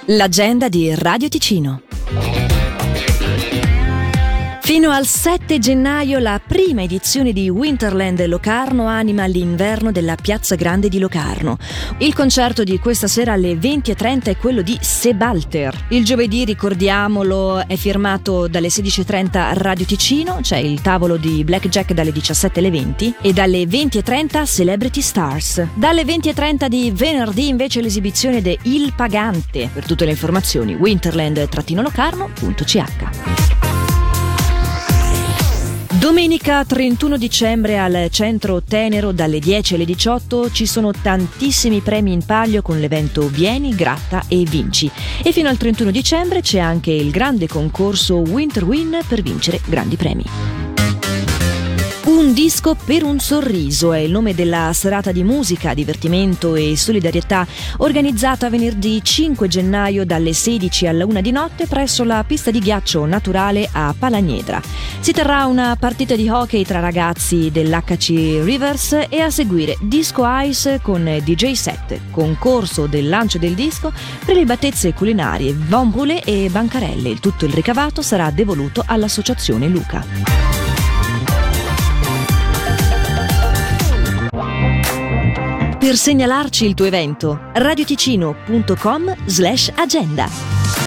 L'agenda di Radio Ticino. Fino al 7 gennaio la prima edizione di Winterland Locarno anima l'inverno della Piazza Grande di Locarno. Il concerto di questa sera alle 20:30 è quello di Sebalter. Il giovedì, ricordiamolo, è firmato dalle 16:30 Radio Ticino, c'è il tavolo di Blackjack dalle 17 alle 20 e dalle 20:30 Celebrity Stars. Dalle 20:30 di venerdì invece l'esibizione de Il Pagante. Per tutte le informazioni winterland-locarno.ch. Domenica 31 dicembre al Centro Tenero dalle 10 alle 18 ci sono tantissimi premi in palio con l'evento Vieni, Gratta e Vinci. E fino al 31 dicembre c'è anche il grande concorso Winter Win per vincere grandi premi. Un disco per un sorriso è il nome della serata di musica, divertimento e solidarietà organizzata venerdì 5 gennaio dalle 16 alla 1 di notte presso la pista di ghiaccio naturale a Palagnedra. Si terrà una partita di hockey tra ragazzi dell'HC Rivers e a seguire Disco Ice con DJ set, concorso del lancio del disco, prelibatezze culinarie, bombole e bancarelle. Tutto il ricavato sarà devoluto all'associazione Luca. Per segnalarci il tuo evento, radioticino.com/agenda.